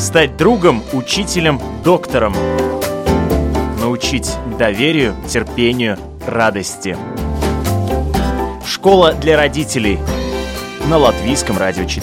Стать другом, учителем, доктором. Научить доверию, терпению, радости. Школа для родителей на Латвийском радио 4.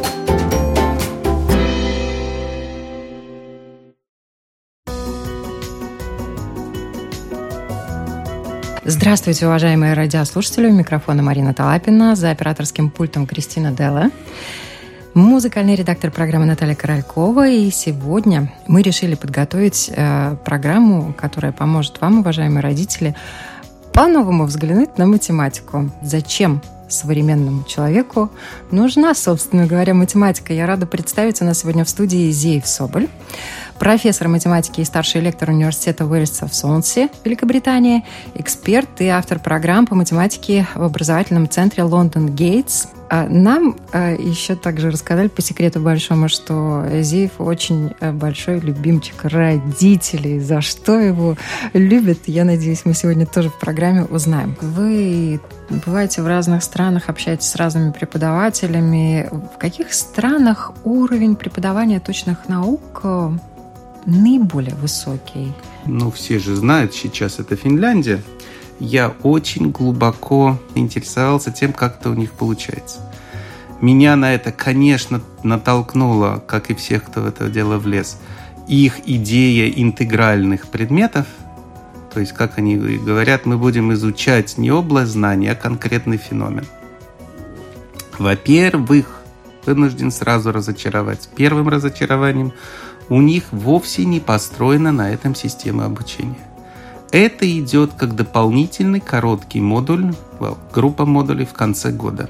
Здравствуйте, уважаемые радиослушатели. У микрофона Марина Талапина, за операторским пультом Кристина Делла. Музыкальный редактор программы Наталья Королькова. И сегодня мы решили подготовить программу, которая поможет вам, уважаемые родители, по-новому взглянуть на математику. Зачем современному человеку нужна, собственно говоря, математика? Я рада представить, у нас сегодня в студии Зеев Соболь, профессор математики и старший лектор университета Уэльса в Солнсе, Великобритания, эксперт и автор программ по математике в образовательном центре Лондон Гейтс. Нам еще также рассказали по секрету большому, что Зеев очень большой любимчик родителей. За что его любят, я надеюсь, мы сегодня тоже в программе узнаем. Вы бываете в разных странах, общаетесь с разными преподавателями. В каких странах уровень преподавания точных наук наиболее высокий? Все же знают, сейчас это Финляндия. Я очень глубоко интересовался тем, как это у них получается. Меня на это, конечно, натолкнуло, как и всех, кто в это дело влез, их идея интегральных предметов. То есть, как они говорят, мы будем изучать не область знаний, а конкретный феномен. Во-первых, вынужден сразу разочаровать. Первым разочарованием у них вовсе не построена на этом система обучения. Это идет как дополнительный короткий модуль, группа модулей в конце года.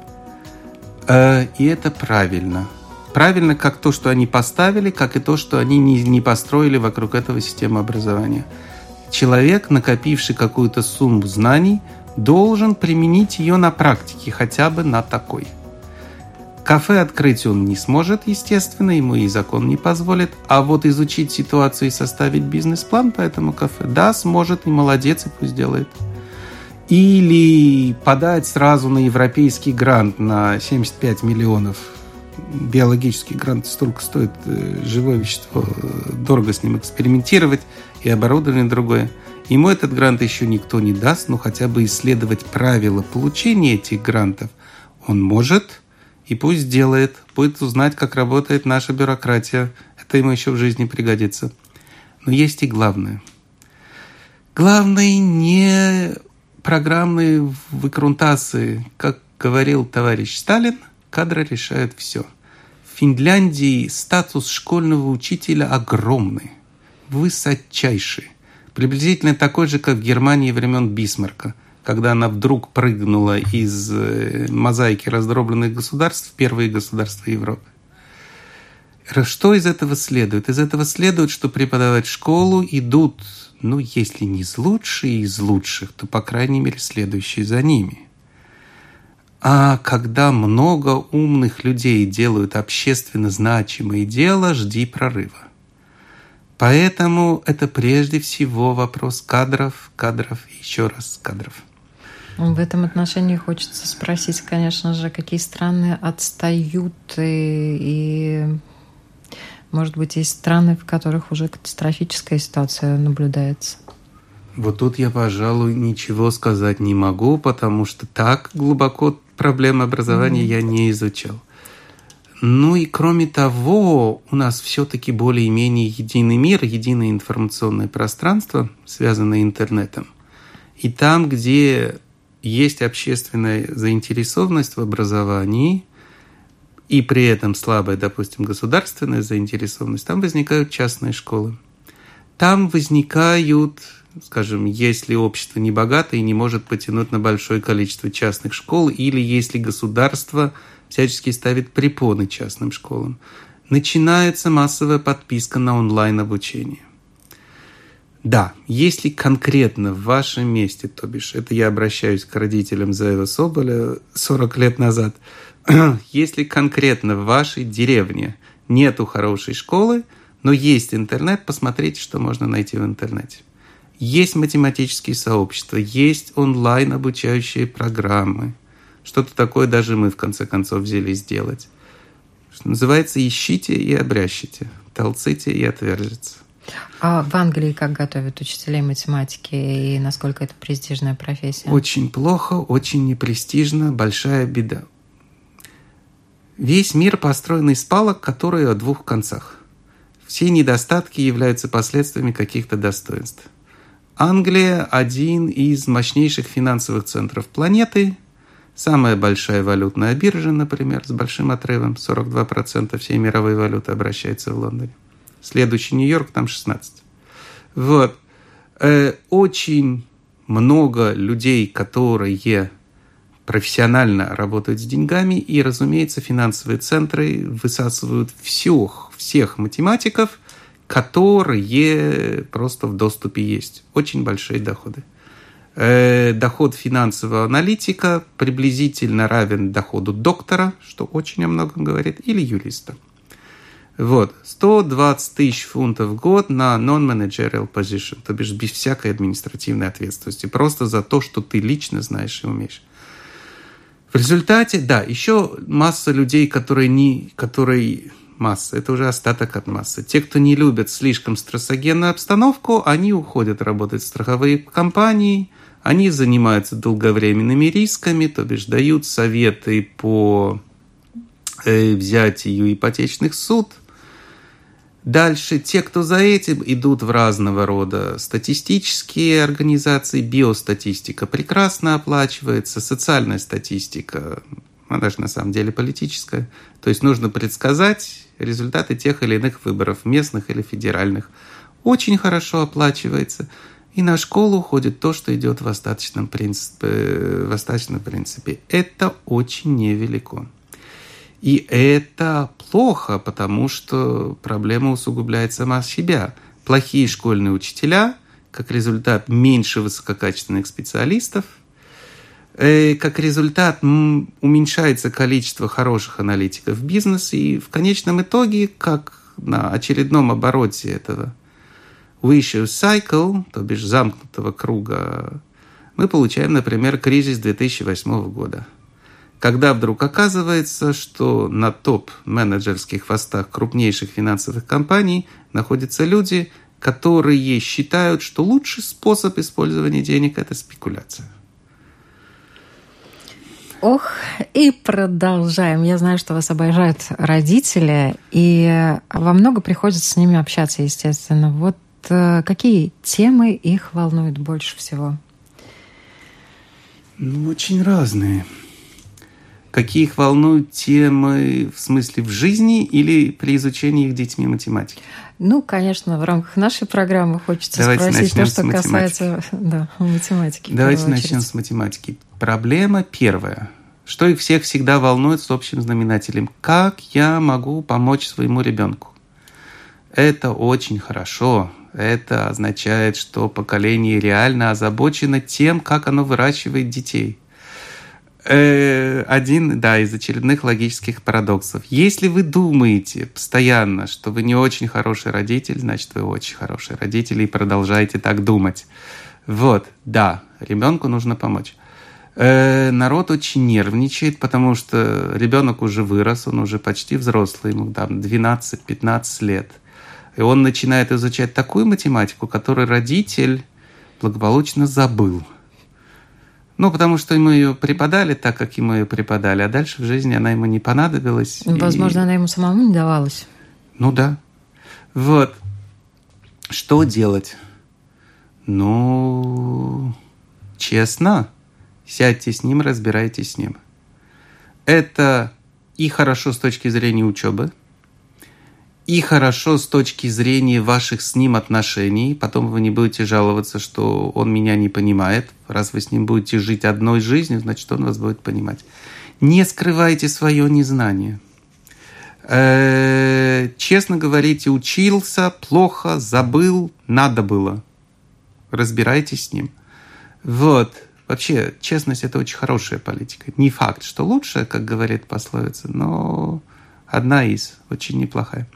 И это правильно. Правильно как то, что они поставили, как и то, что они не построили вокруг этого системы образования. Человек, накопивший какую-то сумму знаний, должен применить ее на практике, хотя бы на такой. Кафе открыть он не сможет, естественно, ему и закон не позволит. А вот изучить ситуацию и составить бизнес-план по этому кафе, да, сможет, и молодец, и пусть делает. Или подать сразу на европейский грант на 75 миллионов. Биологический грант столько стоит, живое вещество, дорого с ним экспериментировать, и оборудование другое. Ему этот грант еще никто не даст, но хотя бы исследовать правила получения этих грантов он может. И пусть делает, будет узнать, как работает наша бюрократия. Это ему еще в жизни пригодится. Но есть и главное. Главное не программные выкрутасы. Как говорил товарищ Сталин, кадры решают все. В Финляндии статус школьного учителя огромный, высочайший. Приблизительно такой же, как в Германии времен Бисмарка, когда она вдруг прыгнула из мозаики раздробленных государств в первые государства Европы. Что из этого следует? Из этого следует, что преподавать в школу идут, если не из лучших, то, по крайней мере, следующие за ними. А когда много умных людей делают общественно значимое дело, жди прорыва. Поэтому это прежде всего вопрос кадров и еще раз кадров. В этом отношении хочется спросить, конечно же, какие страны отстают, и может быть, есть страны, в которых уже катастрофическая ситуация наблюдается. Вот тут я, пожалуй, ничего сказать не могу, потому что так глубоко проблемы образования я не изучал. И кроме того, у нас все-таки более-менее единый мир, единое информационное пространство, связанное интернетом. И там, где есть общественная заинтересованность в образовании, и при этом слабая, допустим, государственная заинтересованность, там возникают частные школы. Там возникают, скажем, если общество не богато и не может потянуть на большое количество частных школ, или если государство всячески ставит препоны частным школам, начинается массовая подписка на онлайн-обучение. Да, если конкретно в вашем месте, то бишь, это я обращаюсь к родителям Зеева Соболя 40 лет назад, если конкретно в вашей деревне нету хорошей школы, но есть интернет, посмотрите, что можно найти в интернете. Есть математические сообщества, есть онлайн-обучающие программы. Что-то такое даже мы, в конце концов, взялись делать. Что называется, ищите и обрящите. толците и отвержется. А в Англии как готовят учителей математики и насколько это престижная профессия? Очень плохо, очень непрестижно, большая беда. Весь мир построен из палок, которые о двух концах. Все недостатки являются последствиями каких-то достоинств. Англия – один из мощнейших финансовых центров планеты, самая большая валютная биржа, например, с большим отрывом, 42% всей мировой валюты обращается в Лондоне. Следующий Нью-Йорк, там 16%. Вот. Очень много людей, которые профессионально работают с деньгами, и, разумеется, финансовые центры высасывают всех математиков, которые просто в доступе есть. Очень большие доходы. Доход финансового аналитика приблизительно равен доходу доктора, что очень о многом говорит, или юриста. Вот, 120 тысяч фунтов в год на non-managerial position, то бишь без всякой административной ответственности, просто за то, что ты лично знаешь и умеешь. В результате, да, еще масса людей, масса, это уже остаток от массы. Те, кто не любят слишком стрессогенную обстановку, они уходят работать в страховые компании, они занимаются долговременными рисками, то бишь дают советы по взятию ипотечных суд. Дальше те, кто за этим, идут в разного рода статистические организации, биостатистика прекрасно оплачивается, социальная статистика, она же на самом деле политическая, то есть нужно предсказать результаты тех или иных выборов, местных или федеральных, очень хорошо оплачивается, и на школу уходит то, что идет в остаточном принципе. Это очень невелико. И это плохо, потому что проблема усугубляет сама себя. Плохие школьные учителя, как результат меньше высококачественных специалистов, как результат уменьшается количество хороших аналитиков в бизнесе, и в конечном итоге, как на очередном обороте этого vicious cycle, то бишь замкнутого круга, мы получаем, например, кризис 2008 года. Когда вдруг оказывается, что на топ-менеджерских постах крупнейших финансовых компаний находятся люди, которые считают, что лучший способ использования денег – это спекуляция. Ох, и продолжаем. Я знаю, что вас обожают родители, и во много приходится с ними общаться, естественно. Вот какие темы их волнуют больше всего? Очень разные. Какие их волнуют темы, в смысле, в жизни или при изучении их детьми математики? Конечно, в рамках нашей программы хочется спросить то, что касается математики. Давайте начнем с математики. Проблема первая. Что их всех всегда волнует с общим знаменателем? Как я могу помочь своему ребенку? Это очень хорошо. Это означает, что поколение реально озабочено тем, как оно выращивает детей. Один, из очередных логических парадоксов. Если вы думаете постоянно, что вы не очень хороший родитель, значит, вы очень хороший родитель и продолжаете так думать. Ребенку нужно помочь. Народ очень нервничает, потому что ребенок уже вырос, он уже почти взрослый, ему 12-15 лет. И он начинает изучать такую математику, которую родитель благополучно забыл. Потому что ему ее преподали так, как ему ее преподали, а дальше в жизни она ему не понадобилась. Возможно, она ему самому не давалась. Да. Что делать? Честно, сядьте с ним, разбирайтесь с ним. Это и хорошо с точки зрения учебы, и хорошо с точки зрения ваших с ним отношений. Потом вы не будете жаловаться, что он меня не понимает. Раз вы с ним будете жить одной жизнью, значит, он вас будет понимать. Не скрывайте свое незнание. Честно говорите, учился, плохо, забыл, надо было. Разбирайтесь с ним. Вообще, честность – это очень хорошая политика. Не факт, что лучшая, как говорит пословица, но одна из, очень неплохая.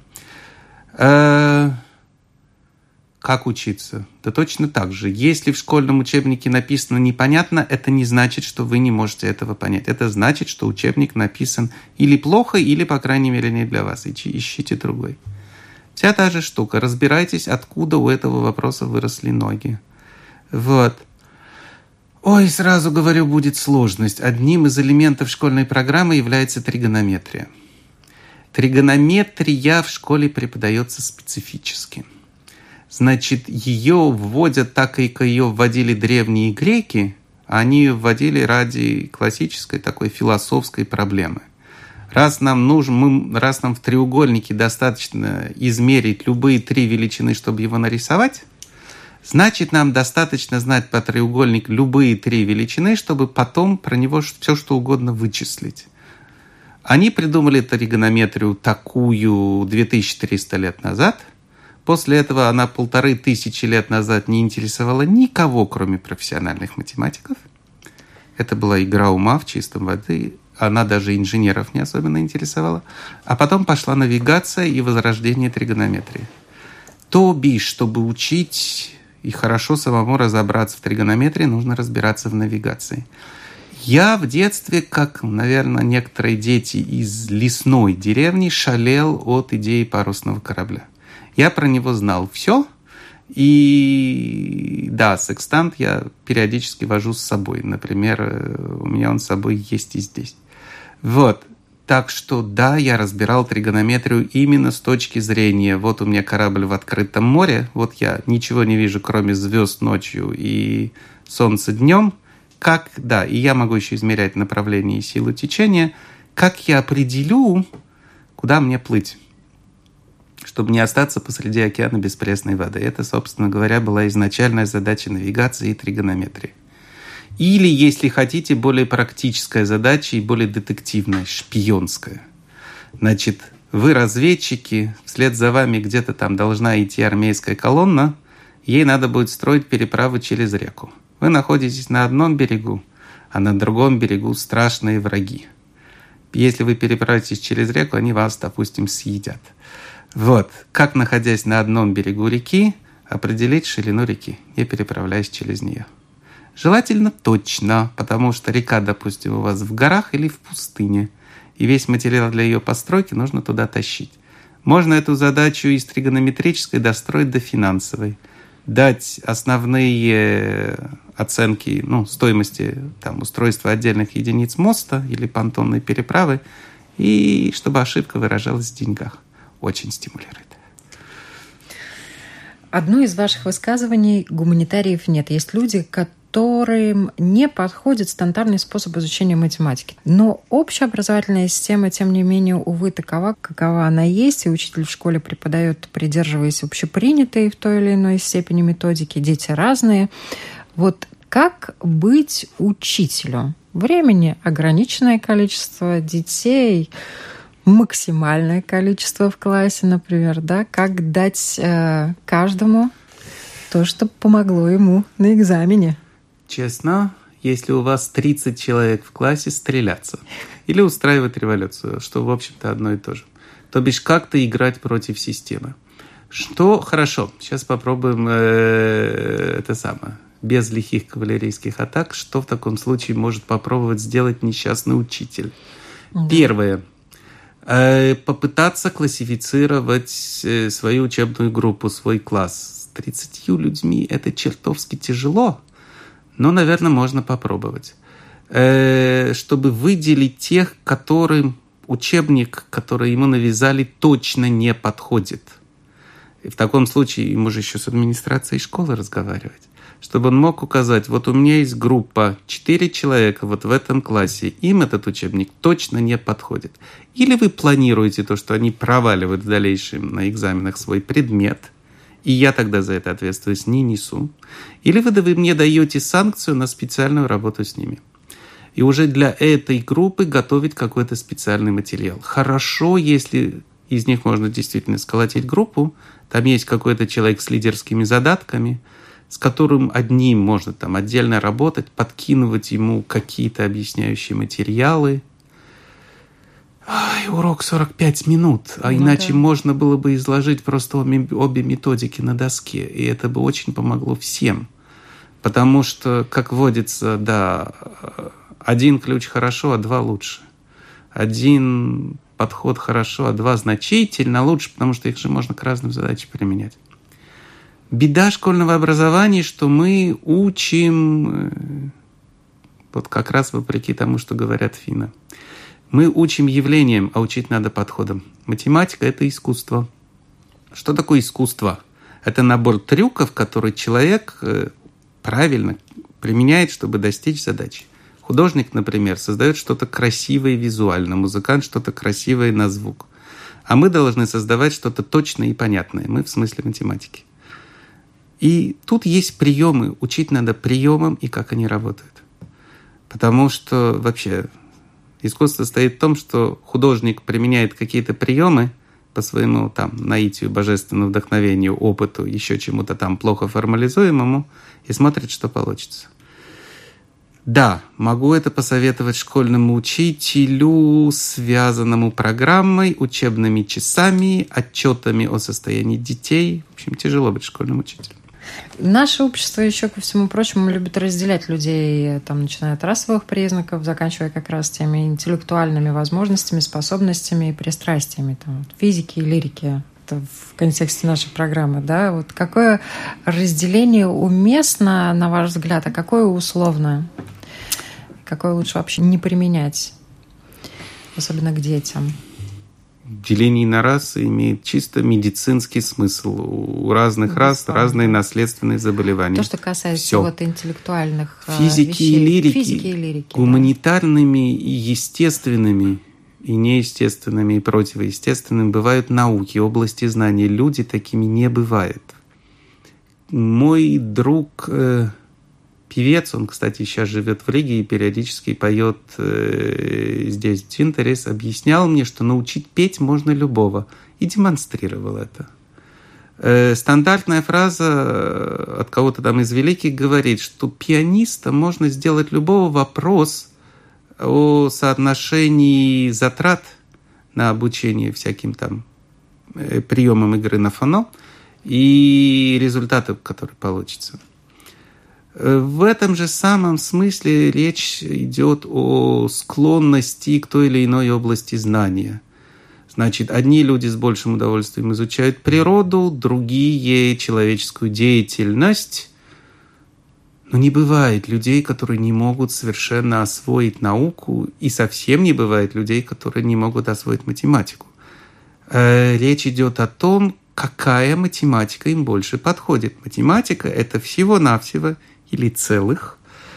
Как учиться? Да точно так же. Если в школьном учебнике написано непонятно, это не значит, что вы не можете этого понять. Это значит, что учебник написан или плохо, или, по крайней мере, не для вас. Ищите другой. Вся та же штука. Разбирайтесь, откуда у этого вопроса выросли ноги. Вот. Ой, сразу говорю, будет сложность. Одним из элементов школьной программы является тригонометрия. Тригонометрия в школе преподается специфически. Значит, ее вводят так, как ее вводили древние греки, а они ее вводили ради классической такой философской проблемы. Раз нам в треугольнике достаточно измерить любые 3 величины, чтобы его нарисовать, значит, нам достаточно знать по треугольнику любые 3 величины, чтобы потом про него все что угодно вычислить. Они придумали тригонометрию такую 2300 лет назад. После этого она 1500 лет назад не интересовала никого, кроме профессиональных математиков. Это была игра ума в чистом воде. Она даже инженеров не особенно интересовала. А потом пошла навигация и возрождение тригонометрии. То бишь, чтобы учить и хорошо самому разобраться в тригонометрии, нужно разбираться в навигации. Я в детстве, как, наверное, некоторые дети из лесной деревни, шалел от идеи парусного корабля. Я про него знал все. И да, секстант я периодически вожу с собой. Например, у меня он с собой есть и здесь. Вот. Так что да, я разбирал тригонометрию именно с точки зрения, вот у меня корабль в открытом море, вот я ничего не вижу, кроме звезд ночью и солнца днем. Как, да, и я могу еще измерять направление и силу течения. Как я определю, куда мне плыть, чтобы не остаться посреди океана без пресной воды? Это, собственно говоря, была изначальная задача навигации и тригонометрии. Или, если хотите, более практическая задача и более детективная, шпионская. Значит, вы разведчики, вслед за вами где-то там должна идти армейская колонна, ей надо будет строить переправу через реку. Вы находитесь на одном берегу, а на другом берегу страшные враги. Если вы переправитесь через реку, они вас, допустим, съедят. Вот, как, находясь на одном берегу реки, определить ширину реки, не переправляясь через нее. Желательно точно, потому что река, допустим, у вас в горах или в пустыне, и весь материал для ее постройки нужно туда тащить. Можно эту задачу из тригонометрической достроить до финансовой, дать основные оценки стоимости устройства отдельных единиц моста или понтонной переправы, и чтобы ошибка выражалась в деньгах. Очень стимулирует. Одно из ваших высказываний: гуманитариев нет. Есть люди, которым не подходит стандартный способ изучения математики. Но общеобразовательная система, тем не менее, увы, такова, какова она есть, и учитель в школе преподает, придерживаясь общепринятой в той или иной степени методики. Дети разные. Вот как быть учителю? Времени ограниченное количество, детей максимальное количество в классе, например, да? Как дать каждому то, что помогло ему на экзамене? Честно, если у вас 30 человек в классе, стреляться. Или устраивать революцию, что, в общем-то, одно и то же. То бишь, как-то играть против системы. Что хорошо, сейчас попробуем без лихих кавалерийских атак, что в таком случае может попробовать сделать несчастный учитель. Да. Первое. Попытаться классифицировать свою учебную группу, свой класс. С 30 людьми это чертовски тяжело, но, наверное, можно попробовать. Чтобы выделить тех, которым учебник, который ему навязали, точно не подходит. И в таком случае ему же еще с администрацией школы разговаривать. Чтобы он мог указать, вот у меня есть группа 4 человека вот в этом классе, им этот учебник точно не подходит. Или вы планируете то, что они проваливают в дальнейшем на экзаменах свой предмет, и я тогда за это ответственность не несу. Или вы мне даете санкцию на специальную работу с ними. И уже для этой группы готовить какой-то специальный материал. Хорошо, если из них можно действительно сколотить группу, там есть какой-то человек с лидерскими задатками, с которым одним можно отдельно работать, подкинуть ему какие-то объясняющие материалы. Урок 45 минут, иначе можно было бы изложить просто обе методики на доске, и это бы очень помогло всем. Потому что, как водится, да, один ключ хорошо, а два лучше. Один подход хорошо, а 2 значительно лучше, потому что их же можно к разным задачам применять. Беда школьного образования, что мы учим, вот как раз вопреки тому, что говорят финны, мы учим явлениям, а учить надо подходом. Математика – это искусство. Что такое искусство? Это набор трюков, которые человек правильно применяет, чтобы достичь задачи. Художник, например, создает что-то красивое визуально, музыкант что-то красивое на звук. А мы должны создавать что-то точное и понятное. Мы в смысле математики. И тут есть приемы. Учить надо приемам и как они работают. Потому что вообще искусство состоит в том, что художник применяет какие-то приемы по своему там наитию, божественному вдохновению, опыту, еще чему-то там плохо формализуемому, и смотрит, что получится. Да, могу это посоветовать школьному учителю, связанному программой, учебными часами, отчетами о состоянии детей. В общем, тяжело быть школьным учителем. Наше общество еще, ко всему прочему, любит разделять людей, там, начиная от расовых признаков, заканчивая как раз теми интеллектуальными возможностями, способностями и пристрастиями, там, физики и лирики. Это в контексте нашей программы, да? Вот какое разделение уместно, на ваш взгляд, а какое условно? Какое лучше вообще не применять, особенно к детям? Деление на расы имеет чисто медицинский смысл. У разных рас разные наследственные заболевания. То, что касается вот интеллектуальных физики вещей. И лирики, гуманитарными и естественными, и неестественными, и противоестественными бывают науки, области знаний. Люди такими не бывают. Мой друг... певец, он, кстати, сейчас живет в Риге и периодически поет здесь, в Тинтерес, объяснял мне, что научить петь можно любого, и демонстрировал это. Стандартная фраза от кого-то там из великих говорит, что пианиста можно сделать любого. Вопрос о соотношении затрат на обучение всяким там приемам игры на фоно и результатов, которые получатся. В этом же самом смысле речь идет о склонности к той или иной области знания. Значит, одни люди с большим удовольствием изучают природу, другие – человеческую деятельность. Но не бывает людей, которые не могут совершенно освоить науку, и совсем не бывает людей, которые не могут освоить математику. Речь идет о том, какая математика им больше подходит. Математика – это всего-навсего или целых,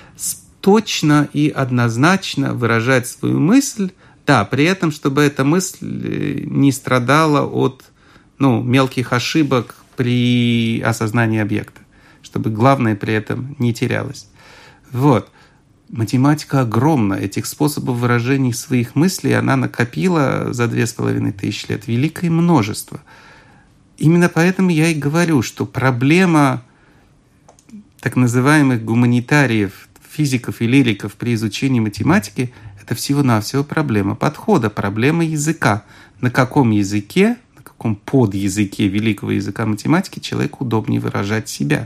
точно и однозначно выражать свою мысль, да, при этом, чтобы эта мысль не страдала от мелких ошибок при осознании объекта, чтобы главное при этом не терялось. Вот. Математика огромна, этих способов выражения своих мыслей она накопила за 2500 лет великое множество. Именно поэтому я и говорю, что проблема так называемых гуманитариев, физиков и лириков при изучении математики – это всего-навсего проблема подхода, проблема языка. На каком языке, на каком подязыке великого языка математики человеку удобнее выражать себя.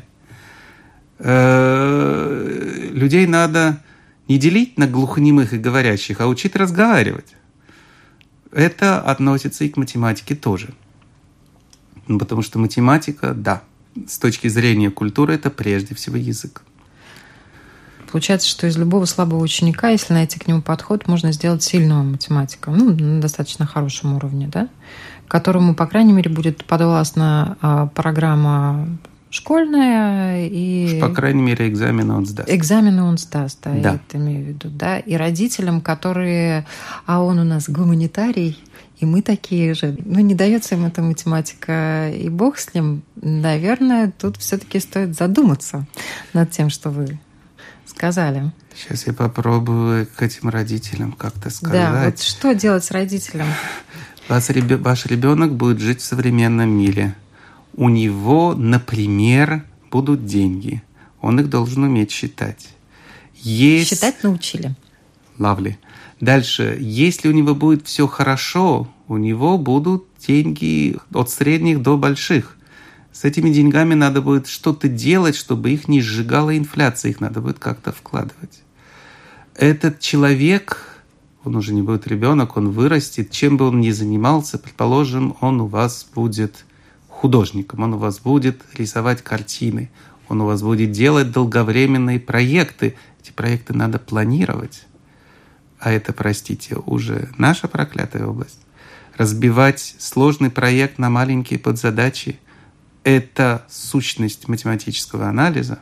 Людей надо не делить на глухонемых и говорящих, а учить разговаривать. Это относится и к математике тоже. Потому что математика, да, с точки зрения культуры, это прежде всего язык. Получается, что из любого слабого ученика, если найти к нему подход, можно сделать сильного математика, на достаточно хорошем уровне, да? Которому, по крайней мере, будет подвластна программа школьная и... По крайней мере, экзамены он сдаст. Экзамены он сдаст, да, да. Я это имею в виду, да. И родителям, которые... А он у нас гуманитарий, и мы такие же. Не дается им эта математика, и бог с ним. Наверное, тут все-таки стоит задуматься над тем, что вы сказали. Сейчас я попробую к этим родителям как-то сказать. Да, вот что делать с родителем? Ваш ребенок будет жить в современном мире. У него, например, будут деньги. Он их должен уметь считать. Считать научили. Lovely. Дальше. Если у него будет все хорошо, у него будут деньги от средних до больших. С этими деньгами надо будет что-то делать, чтобы их не сжигала инфляция. Их надо будет как-то вкладывать. Этот человек Он уже не будет ребенок, он вырастет. Чем бы он ни занимался, предположим, он у вас будет художником, он у вас будет рисовать картины, он у вас будет делать долговременные проекты. Эти проекты надо планировать. А это, простите, уже наша проклятая область. Разбивать сложный проект на маленькие подзадачи – это сущность математического анализа.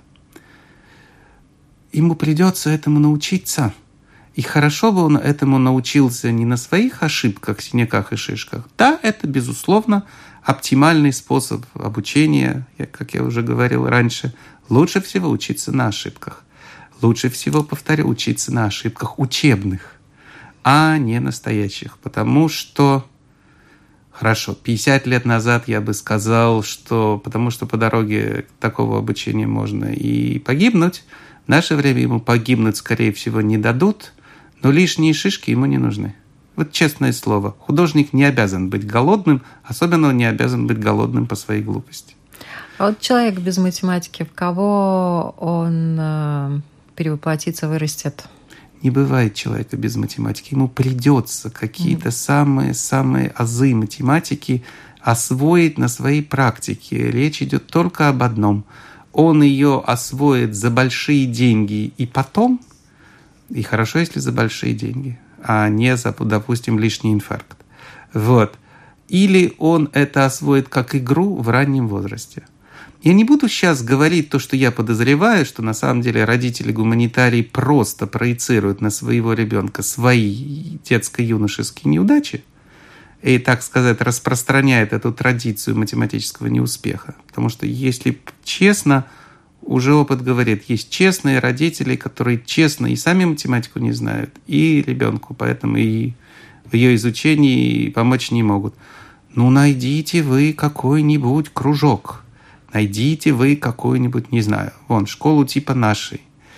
Ему придется этому научиться. И хорошо бы он этому научился не на своих ошибках, синяках и шишках. Да, это, безусловно, оптимальный способ обучения. Как я уже говорил раньше, лучше всего учиться на ошибках. Лучше всего, повторю, учиться на ошибках учебных, а не настоящих. Потому что, хорошо, 50 лет назад я бы сказал, что потому что по дороге такого обучения можно и погибнуть. В наше время ему погибнуть, скорее всего, не дадут, но лишние шишки ему не нужны. Вот честное слово, художник не обязан быть голодным, особенно он не обязан быть голодным по своей глупости. А вот человек без математики, в кого он перевоплотится, вырастет? Не бывает человека без математики. Ему придется какие-то самые азы математики освоить на своей практике. Речь идет только об одном. Он ее освоит за большие деньги и потом, и хорошо, если за большие деньги, а не за, допустим, лишний инфаркт. Вот. Или он это освоит как игру в раннем возрасте. Я не буду сейчас говорить то, что я подозреваю, что на самом деле родители-гуманитарии просто проецируют на своего ребенка свои детско-юношеские неудачи и, так сказать, распространяет эту традицию математического неуспеха. Потому что, если честно, уже опыт говорит, есть честные родители, которые честно и сами математику не знают, и ребенку, поэтому и в ее изучении помочь не могут. Ну, найдите вы какой-нибудь кружок. Найдите вы какую-нибудь, не знаю, школу типа нашей.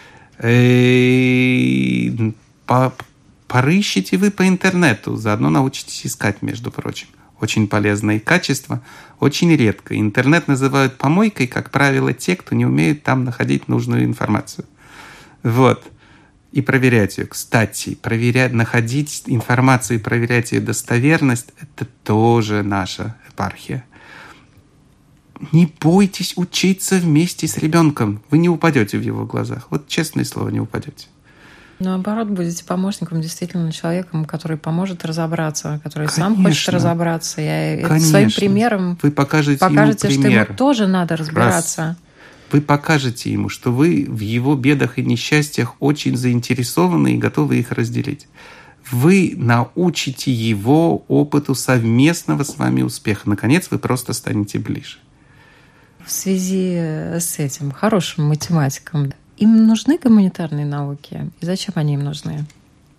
Порыщите вы по интернету, заодно научитесь искать, между прочим. Очень полезное качество, очень редко. Интернет называют помойкой, как правило, те, кто не умеет там находить нужную информацию. Вот. И проверять ее. Кстати, находить информацию и проверять ее достоверность – это тоже наша епархия. Не бойтесь учиться вместе с ребенком. Вы не упадете в его глазах. Вот честное слово, не упадете. Наоборот, будете помощником, действительно, человеком, который поможет разобраться, который сам хочет разобраться. И своим примером вы покажете ему что ему тоже надо разбираться. Вы покажете ему, что вы в его бедах и несчастьях очень заинтересованы и готовы их разделить. Вы научите его опыту совместного с вами успеха. Наконец, вы просто станете ближе. В связи с этим, хорошим математикам, им нужны гуманитарные науки? И зачем они им нужны?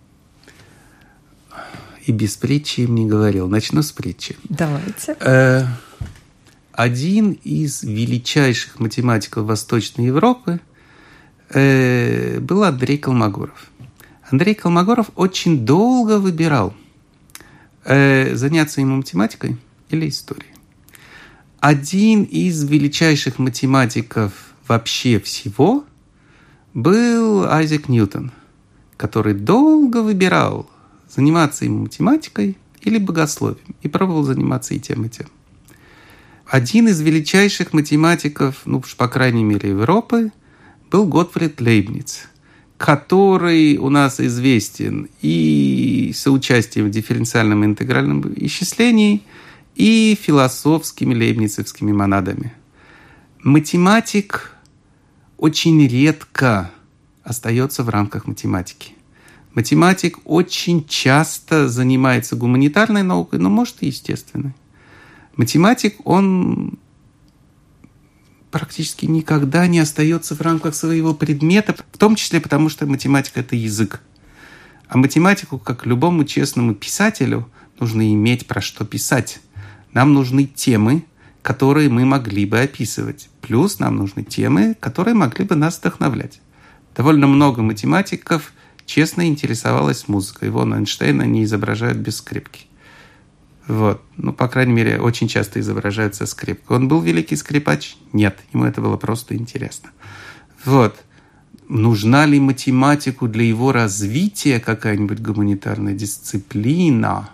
И без притчи им не говорил. Начну с притчи. Давайте. Один из величайших математиков Восточной Европы был Андрей Колмогоров. Андрей Колмогоров очень долго выбирал, заняться ему математикой или историей. Один из величайших математиков вообще всего был Айзек Ньютон, который долго выбирал, заниматься ему математикой или богословием, и пробовал заниматься и тем, и тем. Один из величайших математиков, по крайней мере, Европы, был Готфрид Лейбниц, который у нас известен и соучастием в дифференциальном интегральном исчислении, и философскими лейбницевскими монадами. Математик очень редко остается в рамках математики. Математик очень часто занимается гуманитарной наукой, но может и естественной. Математик, он практически никогда не остается в рамках своего предмета, в том числе потому, что математика – это язык. А математику, как любому честному писателю, нужно иметь про что писать. Нам нужны темы, которые мы могли бы описывать. Плюс нам нужны темы, которые могли бы нас вдохновлять. Довольно много математиков честно интересовалось музыкой. Эйнштейна не изображают без скрипки. По крайней мере, очень часто изображают со скрипкой. Он был великий скрипач? Нет, ему это было просто интересно. нужна ли математику для его развития какая-нибудь гуманитарная дисциплина?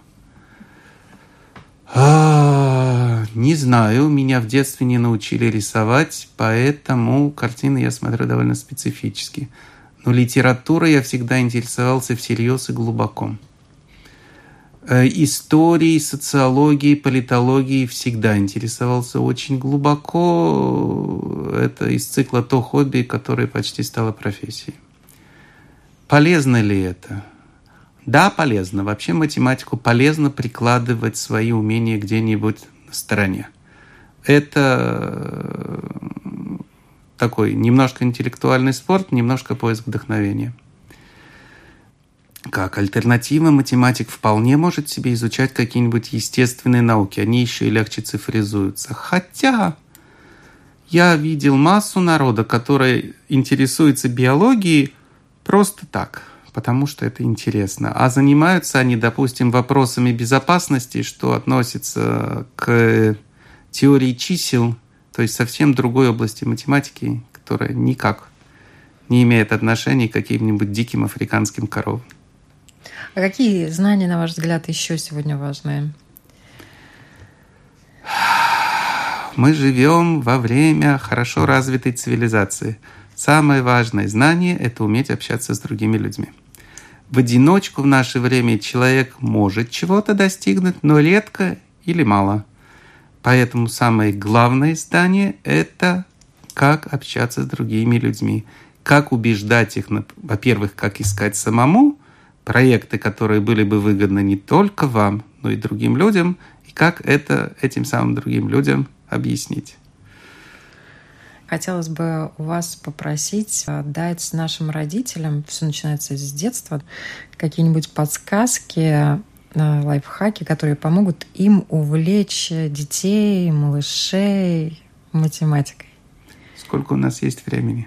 Не знаю, меня в детстве не научили рисовать, поэтому картины я смотрю довольно специфически. Но литературой я всегда интересовался всерьез и глубоко. Историей, социологией, политологией всегда интересовался очень глубоко. Это из цикла то хобби, которое почти стало профессией. Полезно ли это? Да, полезно. Вообще математику полезно прикладывать свои умения где-нибудь на стороне. Это такой немножко интеллектуальный спорт, немножко поиск вдохновения. Как альтернатива, математик вполне может себе изучать какие-нибудь естественные науки. Они еще и легче цифризуются. Хотя я видел массу народа, который интересуется биологией просто так, потому что это интересно. А занимаются они, допустим, вопросами безопасности, что относится к теории чисел, то есть совсем другой области математики, которая никак не имеет отношения к каким-нибудь диким африканским коровам. А какие знания, на ваш взгляд, еще сегодня важны? Мы живем во время хорошо развитой цивилизации. Самое важное знание – это уметь общаться с другими людьми. В одиночку в наше время человек может чего-то достигнуть, но редко или мало. Поэтому самое главное знание – это как общаться с другими людьми. Как убеждать их, во-первых, как искать самому проекты, которые были бы выгодны не только вам, но и другим людям, и как это этим самым другим людям объяснить. Хотелось бы у вас попросить дать нашим родителям, все начинается с детства, какие-нибудь подсказки, лайфхаки, которые помогут им увлечь детей, малышей математикой. Сколько у нас есть времени?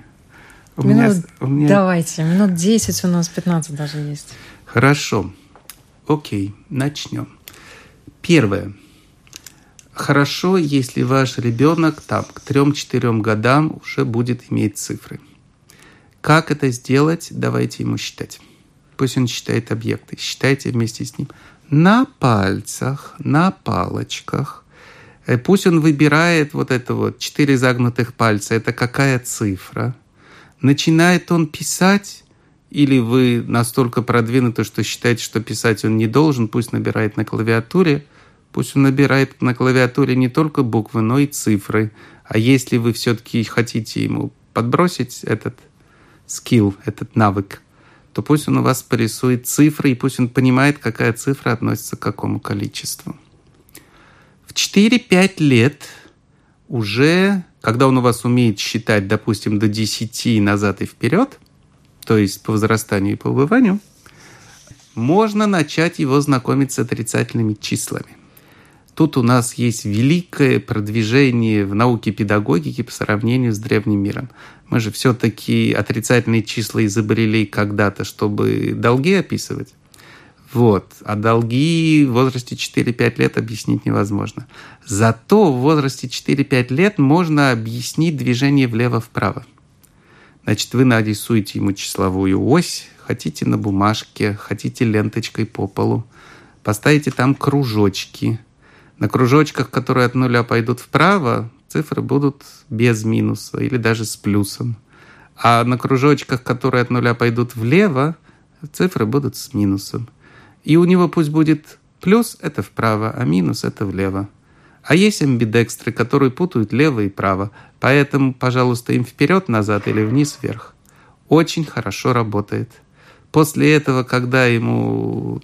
Давайте, минут 10 у нас, 15 даже есть. Хорошо. Окей, начнем. Первое. Хорошо, если ваш ребенок к 3-4 годам уже будет иметь цифры. Как это сделать? Давайте ему считать. Пусть он считает объекты. Считайте вместе с ним. На пальцах, на палочках. Пусть он выбирает 4 загнутых пальца. Это какая цифра? Начинает он писать, или вы настолько продвинуты, что считаете, что писать он не должен, пусть набирает на клавиатуре. Пусть он набирает на клавиатуре не только буквы, но и цифры. А если вы все-таки хотите ему подбросить этот скилл, этот навык, то пусть он у вас порисует цифры, и пусть он понимает, какая цифра относится к какому количеству. В 4-5 лет уже, когда он у вас умеет считать, допустим, до 10 назад и вперед, то есть по возрастанию и по убыванию, можно начать его знакомить с отрицательными числами. Тут у нас есть великое продвижение в науке педагогики по сравнению с древним миром. Мы же все-таки отрицательные числа изобрели когда-то, чтобы долги описывать. А долги в возрасте 4-5 лет объяснить невозможно. Зато в возрасте 4-5 лет можно объяснить движение влево-вправо. Значит, вы нарисуете ему числовую ось, хотите на бумажке, хотите ленточкой по полу, поставите там кружочки. На кружочках, которые от 0 пойдут вправо, цифры будут без минуса или даже с плюсом. А на кружочках, которые от 0 пойдут влево, цифры будут с минусом. И у него пусть будет плюс – это вправо, а минус – это влево. А есть амбидекстры, которые путают лево и право. Поэтому, пожалуйста, им вперед-назад или вниз-вверх. Очень хорошо работает. После этого, когда ему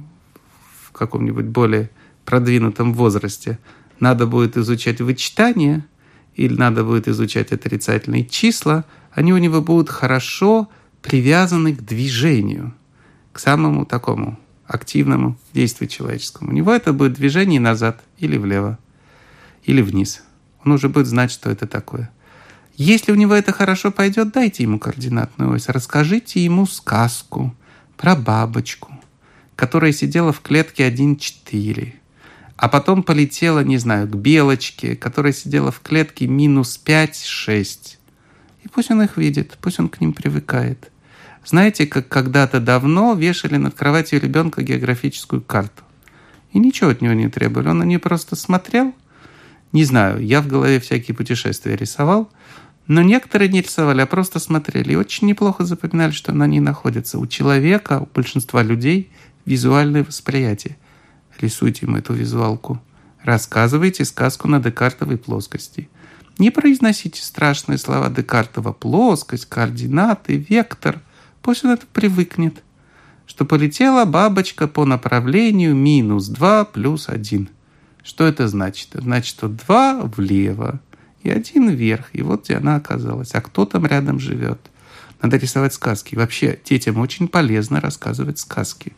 в каком-нибудь более продвинутом возрасте надо будет изучать вычитание или надо будет изучать отрицательные числа, они у него будут хорошо привязаны к движению, к самому такому активному действию человеческому. У него это будет движение назад или влево, или вниз. Он уже будет знать, что это такое. Если у него это хорошо пойдет, дайте ему координатную ось. Расскажите ему сказку про бабочку, которая сидела в клетке 1,4, а потом полетела, к белочке, которая сидела в клетке -5, -6. И пусть он их видит, пусть он к ним привыкает. Знаете, как когда-то давно вешали над кроватью ребенка географическую карту. И ничего от него не требовали. Он на нее просто смотрел. Не знаю, я в голове всякие путешествия рисовал. Но некоторые не рисовали, а просто смотрели. И очень неплохо запоминали, что на ней находится. У человека, у большинства людей визуальное восприятие. Рисуйте ему эту визуалку. Рассказывайте сказку на декартовой плоскости. Не произносите страшные слова: декартова плоскость, координаты, вектор. Пусть он это привыкнет, что полетела бабочка по направлению -2 + 1. Что это значит? Это значит, что 2 влево и 1 вверх. И вот где она оказалась. А кто там рядом живет? Надо рисовать сказки. Вообще, детям очень полезно рассказывать сказки.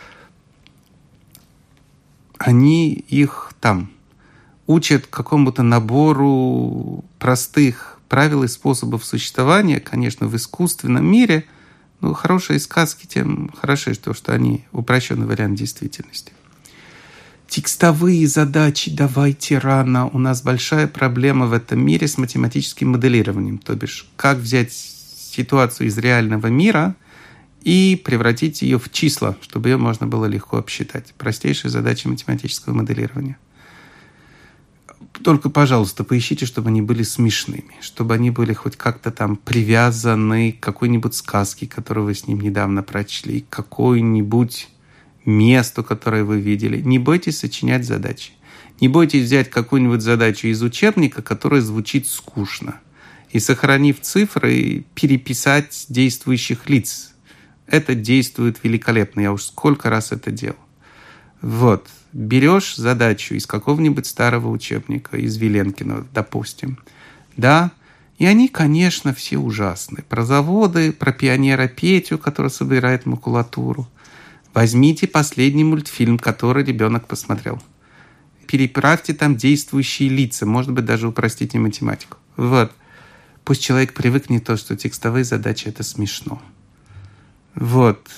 Они их там учат какому-то набору простых правил и способов существования, конечно, в искусственном мире. Но хорошие сказки тем хороши, что они упрощенный вариант действительности. Текстовые задачи давайте рано. У нас большая проблема в этом мире с математическим моделированием. То бишь, как взять ситуацию из реального мира и превратить ее в числа, чтобы ее можно было легко обсчитать. Простейшая задача математического моделирования. Только, пожалуйста, поищите, чтобы они были смешными, чтобы они были хоть как-то там привязаны к какой-нибудь сказке, которую вы с ним недавно прочли, к какой-нибудь месту, которое вы видели. Не бойтесь сочинять задачи. Не бойтесь взять какую-нибудь задачу из учебника, которая звучит скучно, и, сохранив цифры, переписать действующих лиц. Это действует великолепно. Я уж сколько раз это делал. Вот. Берешь задачу из какого-нибудь старого учебника, из Веленкина, допустим. Да, и они, конечно, все ужасны. Про заводы, про пионера Петю, который собирает макулатуру. Возьмите последний мультфильм, который ребенок посмотрел. Переправьте там действующие лица. Может быть, даже упростите математику. Вот. Пусть человек привыкнет то, что текстовые задачи – это смешно. Вот.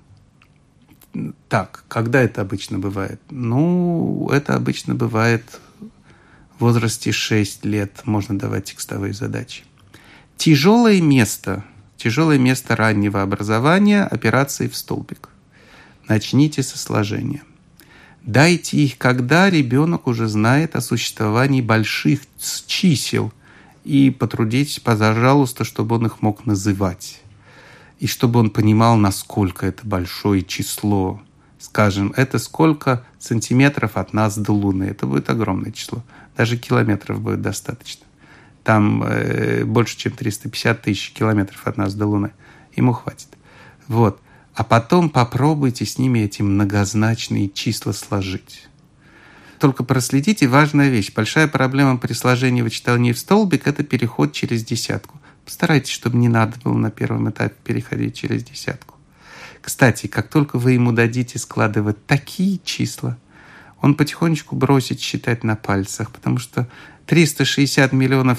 Так, когда это обычно бывает? Ну, это обычно бывает в возрасте 6 лет. Можно давать текстовые задачи. Тяжелое место раннего образования – операции в столбик. Начните со сложения. Дайте их, когда ребенок уже знает о существовании больших чисел. И потрудитесь, пожалуйста, чтобы он их мог называть. И чтобы он понимал, насколько это большое число. Скажем, это сколько сантиметров от нас до Луны. Это будет огромное число. Даже километров будет достаточно. Там больше, чем 350 тысяч километров от нас до Луны. Ему хватит. Вот. А потом попробуйте с ними эти многозначные числа сложить. Только проследите важная вещь. Большая проблема при сложении и вычитании в столбик – это переход через десятку. Постарайтесь, чтобы не надо было на первом этапе переходить через десятку. Кстати, как только вы ему дадите складывать такие числа, он потихонечку бросит считать на пальцах, потому что 360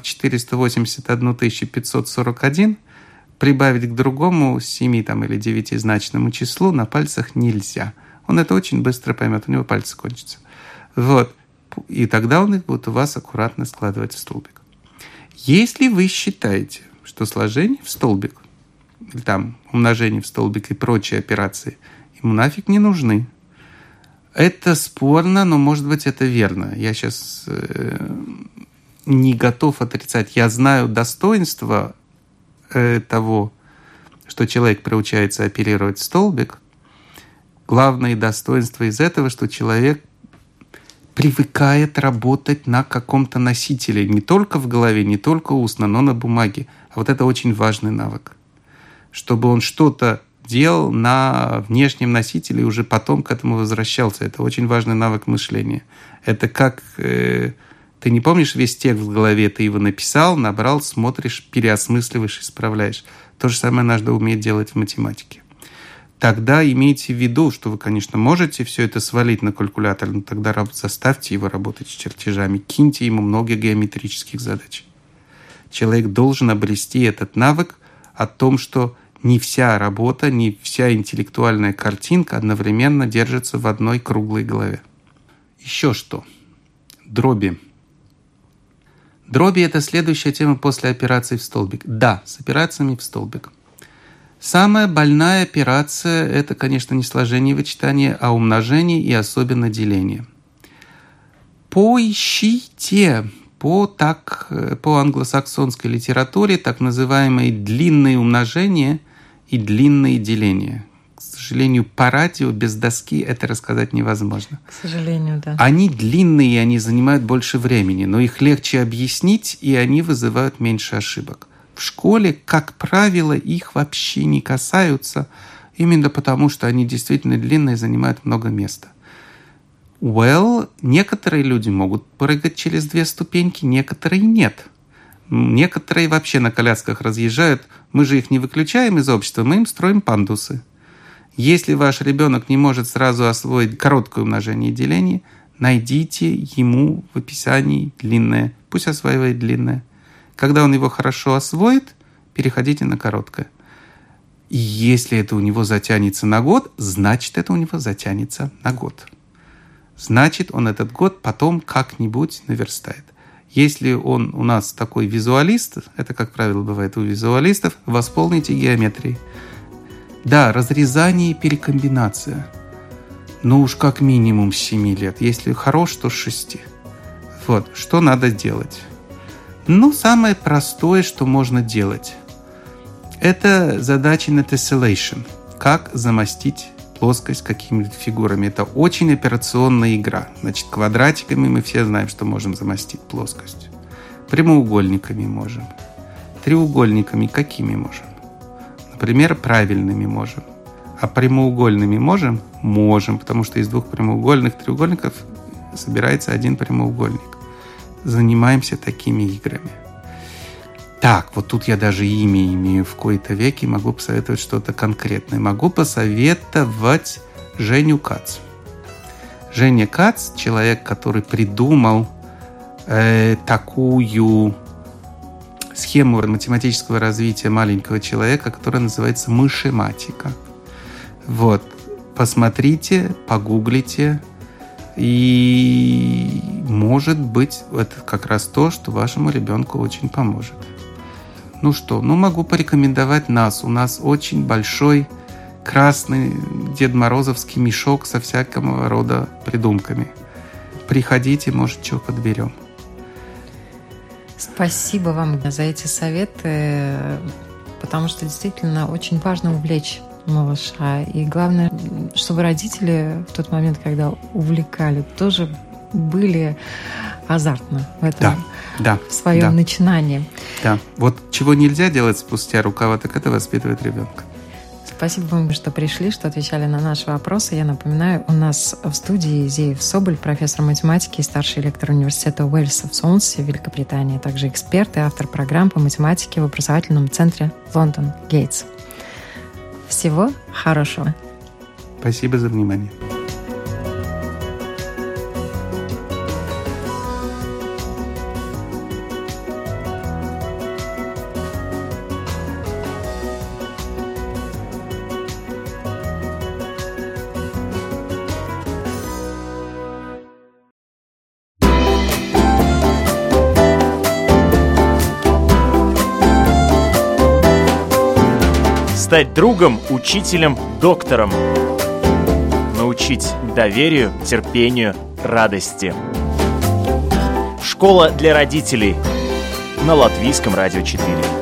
481 541 прибавить к другому 7 или 9-значному числу на пальцах нельзя. Он это очень быстро поймет, у него пальцы кончатся. Вот. И тогда он их будет у вас аккуратно складывать в столбик. Если вы считаете, что сложение в столбик, или там умножение в столбик и прочие операции ему нафиг не нужны, это спорно, но, может быть, это верно. Я сейчас не готов отрицать. Я знаю достоинства того, что человек приучается оперировать в столбик. Главное достоинство из этого, что человек привыкает работать на каком-то носителе. Не только в голове, не только устно, но на бумаге. А вот это очень важный навык. Чтобы он что-то делал на внешнем носителе и уже потом к этому возвращался. Это очень важный навык мышления. Это как... Ты не помнишь весь текст в голове, ты его написал, набрал, смотришь, переосмысливаешь, исправляешь. То же самое надо уметь делать в математике. Тогда имейте в виду, что вы, конечно, можете все это свалить на калькулятор, но тогда заставьте его работать с чертежами, киньте ему много геометрических задач. Человек должен обрести этот навык о том, что не вся работа, не вся интеллектуальная картинка одновременно держится в одной круглой голове. Еще что? Дроби. Дроби – это следующая тема после операции в столбик. Да, с операциями в столбик. Самая больная операция – это, конечно, не сложение и вычитание, а умножение и особенно деление. Поищите по англосаксонской литературе так называемые длинные умножения и длинные деления. К сожалению, по радио без доски это рассказать невозможно. К сожалению, да. Они длинные, и они занимают больше времени, но их легче объяснить, и они вызывают меньше ошибок. В школе, как правило, их вообще не касаются, именно потому, что они действительно длинные и занимают много места. Некоторые люди могут прыгать через 2 ступеньки, некоторые нет. Некоторые вообще на колясках разъезжают. Мы же их не выключаем из общества, мы им строим пандусы. Если ваш ребенок не может сразу освоить короткое умножение и деление, найдите ему в описании длинное. Пусть осваивает длинное. Когда он его хорошо освоит, переходите на короткое. И если это у него затянется на год, значит, это у него затянется на год. Значит, он этот год потом как-нибудь наверстает. Если он у нас такой визуалист, это, как правило, бывает у визуалистов, восполните геометрией. Да, разрезание и перекомбинация. Ну уж как минимум с 7 лет. Если хорош, то с 6. Вот, что надо делать? Ну, самое простое, что можно делать, это задача на tessellation. Как замостить плоскость какими-то фигурами. Это очень операционная игра. Значит, квадратиками мы все знаем, что можем замостить плоскость. Прямоугольниками можем. Треугольниками какими можем? Например, правильными можем. А прямоугольными можем? Можем, потому что из 2 прямоугольных треугольников собирается 1 прямоугольник. Занимаемся такими играми. Так, вот тут я даже имя имею в кои-то веки, могу посоветовать что-то конкретное. Могу посоветовать Женю Кац. Женя Кац – человек, который придумал такую схему математического развития маленького человека, которая называется мышематика. Вот, посмотрите, погуглите, и может быть, это как раз то, что вашему ребенку очень поможет. Ну что, могу порекомендовать нас. У нас очень большой красный Дед Морозовский мешок со всякого рода придумками. Приходите, может, что подберем. Спасибо вам за эти советы, потому что действительно очень важно увлечь малыша. И главное, чтобы родители в тот момент, когда увлекали, тоже были азартны в этом, в своем начинании. Да, вот чего нельзя делать спустя рукава, так это воспитывать ребенка. Спасибо вам, что пришли, что отвечали на наши вопросы. Я напоминаю, у нас в студии Зеев Соболь, профессор математики и старший лектор университета Уэльса в Сонсе, Великобритания, а также эксперт и автор программ по математике в образовательном центре Лондон Гейтс. Всего хорошего. Спасибо за внимание. Стать другом, учителем, доктором. Научить доверию, терпению, радости. Школа для родителей на Латвийском радио 4.